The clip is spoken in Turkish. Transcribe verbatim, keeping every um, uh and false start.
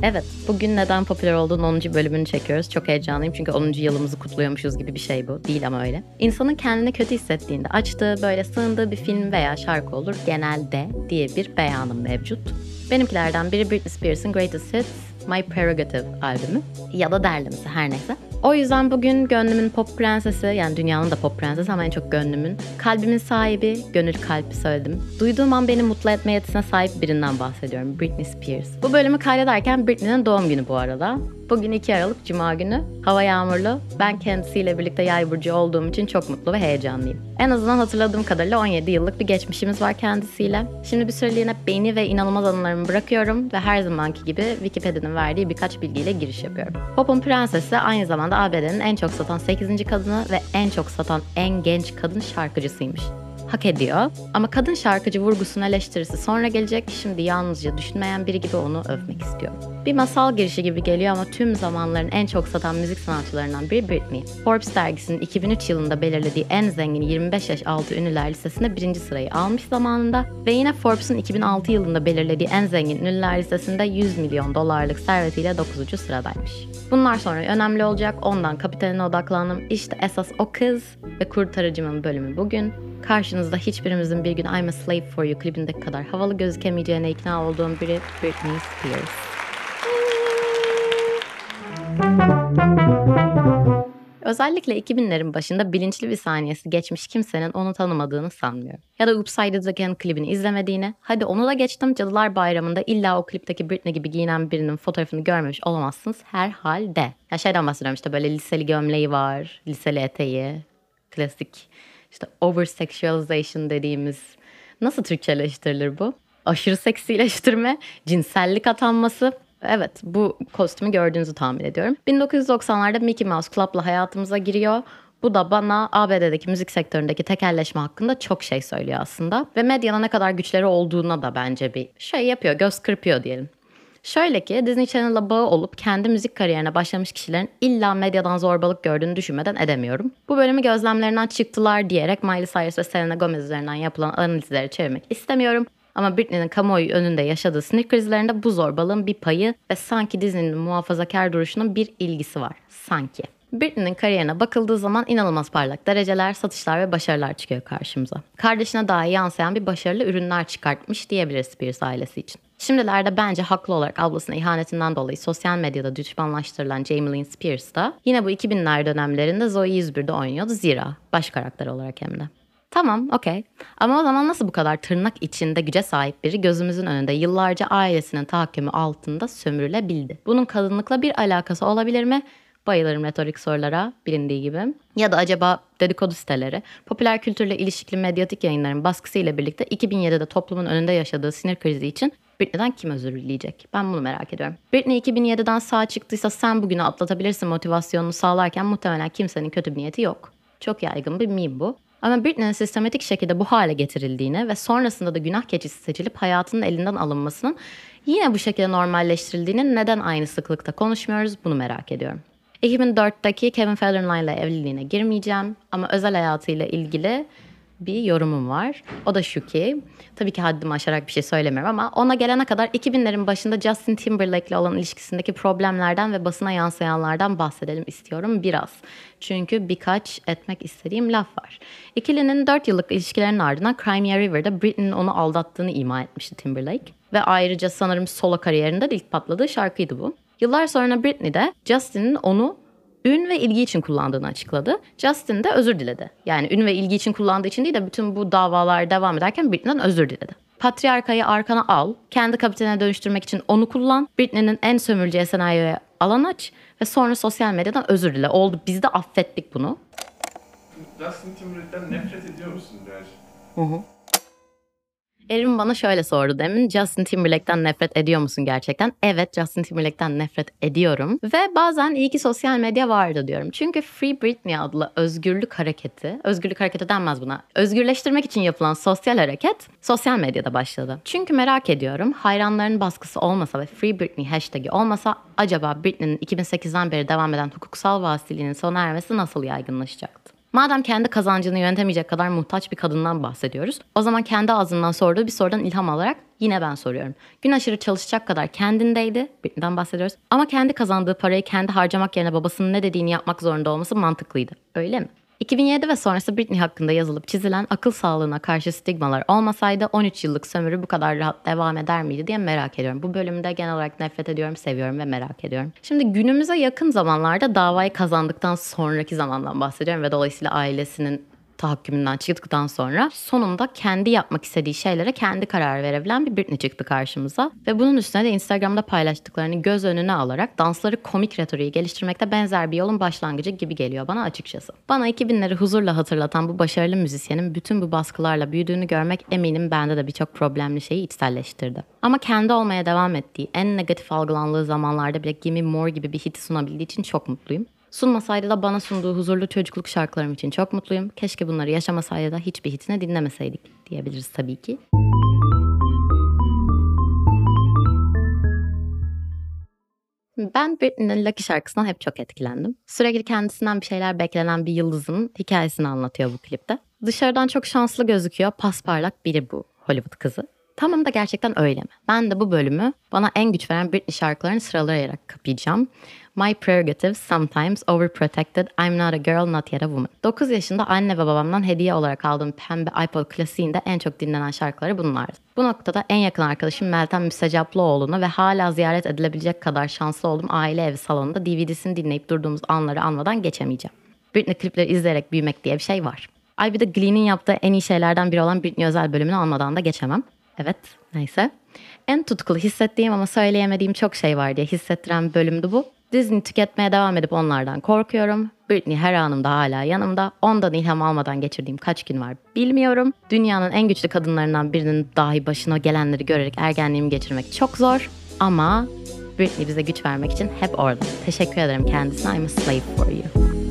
Evet, bugün neden popüler olduğunun onuncu bölümünü çekiyoruz. Çok heyecanlıyım çünkü onuncu yılımızı kutluyormuşuz gibi bir şey bu. Değil ama öyle. İnsanın kendini kötü hissettiğinde açtığı, böyle sığındığı bir film veya şarkı olur. Genelde diye bir beyanım mevcut. Benimkilerden biri Britney Spears'ın Greatest Hits, My Prerogative albümü ya da derlemesi her neyse. O yüzden bugün gönlümün pop prensesi, yani dünyanın da pop prensesi ama en çok gönlümün, kalbimin sahibi, gönül kalbi söyledim. Duyduğum an beni mutlu etme yetisine sahip birinden bahsediyorum, Britney Spears. Bu bölümü kaydederken Britney'nin doğum günü bu arada. Bugün iki Aralık Cuma günü. Hava yağmurlu. Ben kendisiyle birlikte yay burcu olduğum için çok mutlu ve heyecanlıyım. En azından hatırladığım kadarıyla on yedi yıllık bir geçmişimiz var kendisiyle. Şimdi bir süreliğine beni ve inanılmaz anılarımı bırakıyorum ve her zamanki gibi Wikipedia'nın verdiği birkaç bilgiyle giriş yapıyorum. Pop'un prensesi aynı zamanda A B D'nin en çok satan sekizinci kadını ve en çok satan en genç kadın şarkıcısıymış. Hak ediyor. Ama kadın şarkıcı vurgusunun eleştirisi sonra gelecek. Şimdi yalnızca düşünmeyen biri gibi onu övmek istiyorum. Bir masal girişi gibi geliyor ama tüm zamanların en çok satan müzik sanatçılarından biri Britney. Forbes dergisinin iki bin üç yılında belirlediği en zengin yirmi beş yaş altı ünlüler listesinde birinci sırayı almış zamanında ve yine Forbes'un iki bin altı yılında belirlediği en zengin ünlüler listesinde yüz milyon dolarlık servetiyle dokuzuncu sıradaymış. Bunlar sonra önemli olacak. Ondan kapitaline odaklandım. İşte esas o kız ve kurtarıcımın bölümü bugün. Karşınızda hiçbirimizin bir gün I'm a Slave for You klibindeki kadar havalı gözükemeyeceğine ikna olduğum biri Britney Spears. Özellikle iki binlerin başında bilinçli bir saniyesi geçmiş kimsenin onu tanımadığını sanmıyorum. Ya da Oops I Did It Again klibini izlemediğini, hadi onu da geçtim, Cadılar Bayramı'nda illa o klipteki Britney gibi giyinen birinin fotoğrafını görmemiş olamazsınız herhalde. Ya şeyden bahsediyorum, işte böyle liseli gömleği var, liseli eteği, klasik işte over-sexualization dediğimiz, nasıl Türkçeleştirilir bu? Aşırı seksileştirme, cinsellik atanması. Evet, bu kostümü gördüğünüzü tahmin ediyorum. bin dokuz yüz doksanlarda Mickey Mouse Club'la hayatımıza giriyor. Bu da bana A B D'deki müzik sektöründeki tekelleşme hakkında çok şey söylüyor aslında. Ve medyada ne kadar güçleri olduğuna da bence bir şey yapıyor, göz kırpıyor diyelim. Şöyle ki Disney Channel'la bağı olup kendi müzik kariyerine başlamış kişilerin illa medyadan zorbalık gördüğünü düşünmeden edemiyorum. Bu bölümü gözlemlerinden çıktılar diyerek Miley Cyrus ve Selena Gomez üzerinden yapılan analizleri çevirmek istemiyorum. Ama Britney'nin kamuoyu önünde yaşadığı sinir krizlerinde bu zorbalığın bir payı ve sanki Disney'nin muhafazakar duruşunun bir ilgisi var. Sanki. Britney'nin kariyerine bakıldığı zaman inanılmaz parlak dereceler, satışlar ve başarılar çıkıyor karşımıza. Kardeşine dahi yansıyan bir başarılı ürünler çıkartmış diyebiliriz Spears ailesi için. Şimdilerde bence haklı olarak ablasına ihanetinden dolayı sosyal medyada düşmanlaştırılan Jamie Lynn Spears da yine bu iki binler dönemlerinde Zoe yüz birde oynuyordu zira. Baş karakter olarak hem de. Tamam, okey. Ama o zaman nasıl bu kadar tırnak içinde güce sahip biri gözümüzün önünde yıllarca ailesinin tahakkümü altında sömürülebildi? Bunun kadınlıkla bir alakası olabilir mi? Bayılırım retorik sorulara, bilindiği gibi. Ya da acaba dedikodu siteleri, popüler kültürle ilişkili medyatik yayınların baskısıyla birlikte iki bin yedide toplumun önünde yaşadığı sinir krizi için Britney'den kim özür dileyecek? Ben bunu merak ediyorum. Britney iki bin yediden sağ çıktıysa sen bugünü atlatabilirsin motivasyonunu sağlarken muhtemelen kimsenin kötü bir niyeti yok. Çok yaygın bir meme bu. Ama Britney'nin sistematik şekilde bu hale getirildiğini ve sonrasında da günah keçisi seçilip hayatının elinden alınmasının yine bu şekilde normalleştirildiğini neden aynı sıklıkta konuşmuyoruz bunu merak ediyorum. iki bin dörtteki Kevin Federline ile evliliğine girmeyeceğim ama özel hayatıyla ilgili bir yorumum var. O da şu ki, tabii ki haddimi aşarak bir şey söylemiyorum ama ona gelene kadar iki binlerin başında Justin Timberlake ile olan ilişkisindeki problemlerden ve basına yansıyanlardan bahsedelim istiyorum biraz. Çünkü birkaç etmek istediğim laf var. İkilinin dört yıllık ilişkilerinin ardından Cry Me a River'da Britney'nin onu aldattığını ima etmişti Timberlake. Ve ayrıca sanırım solo kariyerinde de ilk patladığı şarkıydı bu. Yıllar sonra Britney de Justin'in onu ün ve ilgi için kullandığını açıkladı. Justin de özür diledi. Yani ün ve ilgi için kullandığı için değil de bütün bu davalar devam ederken Britney'den özür diledi. Patriarkayı arkana al, kendi kapitaline dönüştürmek için onu kullan, Britney'nin en sömüreceği senaryoya alan aç ve sonra sosyal medyadan özür dile. Oldu, biz de affettik bunu. Justin Timberlake'den nefret ediyor musun der? Hı hı. Erim bana şöyle sordu demin. Justin Timberlake'ten nefret ediyor musun gerçekten? Evet, Justin Timberlake'ten nefret ediyorum. Ve bazen iyi ki sosyal medya vardı diyorum. Çünkü Free Britney adlı özgürlük hareketi, özgürlük hareketi denmez buna, özgürleştirmek için yapılan sosyal hareket sosyal medyada başladı. Çünkü merak ediyorum, hayranların baskısı olmasa ve Free Britney hashtag'i olmasa acaba Britney'nin iki bin sekizden beri devam eden hukuksal vasiliğinin sona ermesi nasıl yaygınlaşacaktı? Madem kendi kazancını yönetemeyecek kadar muhtaç bir kadından bahsediyoruz, o zaman kendi ağzından sorduğu bir sorudan ilham alarak Yine ben soruyorum. Gün aşırı çalışacak kadar kendindeydi. Britney'den bahsediyoruz. Ama kendi kazandığı parayı kendi harcamak yerine babasının ne dediğini yapmak zorunda olması mantıklıydı. Öyle mi? iki bin yedi ve sonrası Britney hakkında yazılıp çizilen akıl sağlığına karşı stigmalar olmasaydı on üç yıllık sömürü bu kadar rahat devam eder miydi diye merak ediyorum. Bu bölümde genel olarak nefret ediyorum, seviyorum ve merak ediyorum. Şimdi günümüze yakın zamanlarda davayı kazandıktan sonraki zamandan bahsediyorum ve dolayısıyla ailesinin tahakkümünden çıktıktan sonra sonunda kendi yapmak istediği şeylere kendi karar verebilen bir Britney çıktı karşımıza. Ve bunun üstüne de Instagram'da paylaştıklarını göz önüne alarak dansları komik retoriği geliştirmekte benzer bir yolun başlangıcı gibi geliyor bana açıkçası. Bana iki binleri huzurla hatırlatan bu başarılı müzisyenin bütün bu baskılarla büyüdüğünü görmek eminim bende de birçok problemli şeyi içselleştirdi. Ama kendi olmaya devam ettiği en negatif algılandığı zamanlarda bile Gimme More gibi bir hit sunabildiği için çok mutluyum. Sunmasaydı da bana sunduğu huzurlu çocukluk şarkılarım için çok mutluyum. Keşke bunları yaşamasaydı da hiçbir hitini dinlemeseydik diyebiliriz tabii ki. Ben Britney'nin Lucky şarkısından hep çok etkilendim. Sürekli kendisinden bir şeyler beklenen bir yıldızın hikayesini anlatıyor bu klipte. Dışarıdan çok şanslı gözüküyor, pasparlak biri bu Hollywood kızı. Tamam da gerçekten öyle mi? Ben de bu bölümü bana en güç veren Britney şarkılarını sıralayarak kapayacağım. My Prerogative, Sometimes, Overprotected, I'm Not a Girl, Not Yet a Woman. dokuz yaşında anne ve babamdan hediye olarak aldığım pembe iPod klasiğinde en çok dinlenen şarkıları bunlardı. Bu noktada en yakın arkadaşım Meltem Müstecaplıoğlu'nu ve hala ziyaret edilebilecek kadar şanslı olduğum aile evi salonunda D V D'sini dinleyip durduğumuz anları anmadan geçemeyeceğim. Britney klipleri izleyerek büyümek diye bir şey var. Ay bir de Glee'nin yaptığı en iyi şeylerden biri olan Britney özel bölümünü almadan da geçemem. Evet, neyse. En tutkulu hissettiğim ama söyleyemediğim çok şey var diye hissettiren bölümdü bu. Disney tüketmeye devam edip onlardan korkuyorum. Britney her anımda hala yanımda. Ondan ilham almadan geçirdiğim kaç gün var bilmiyorum. Dünyanın en güçlü kadınlarından birinin dahi başına gelenleri görerek ergenliğimi geçirmek çok zor. Ama Britney bize güç vermek için hep orada. Teşekkür ederim kendisine. I'm a slave for you.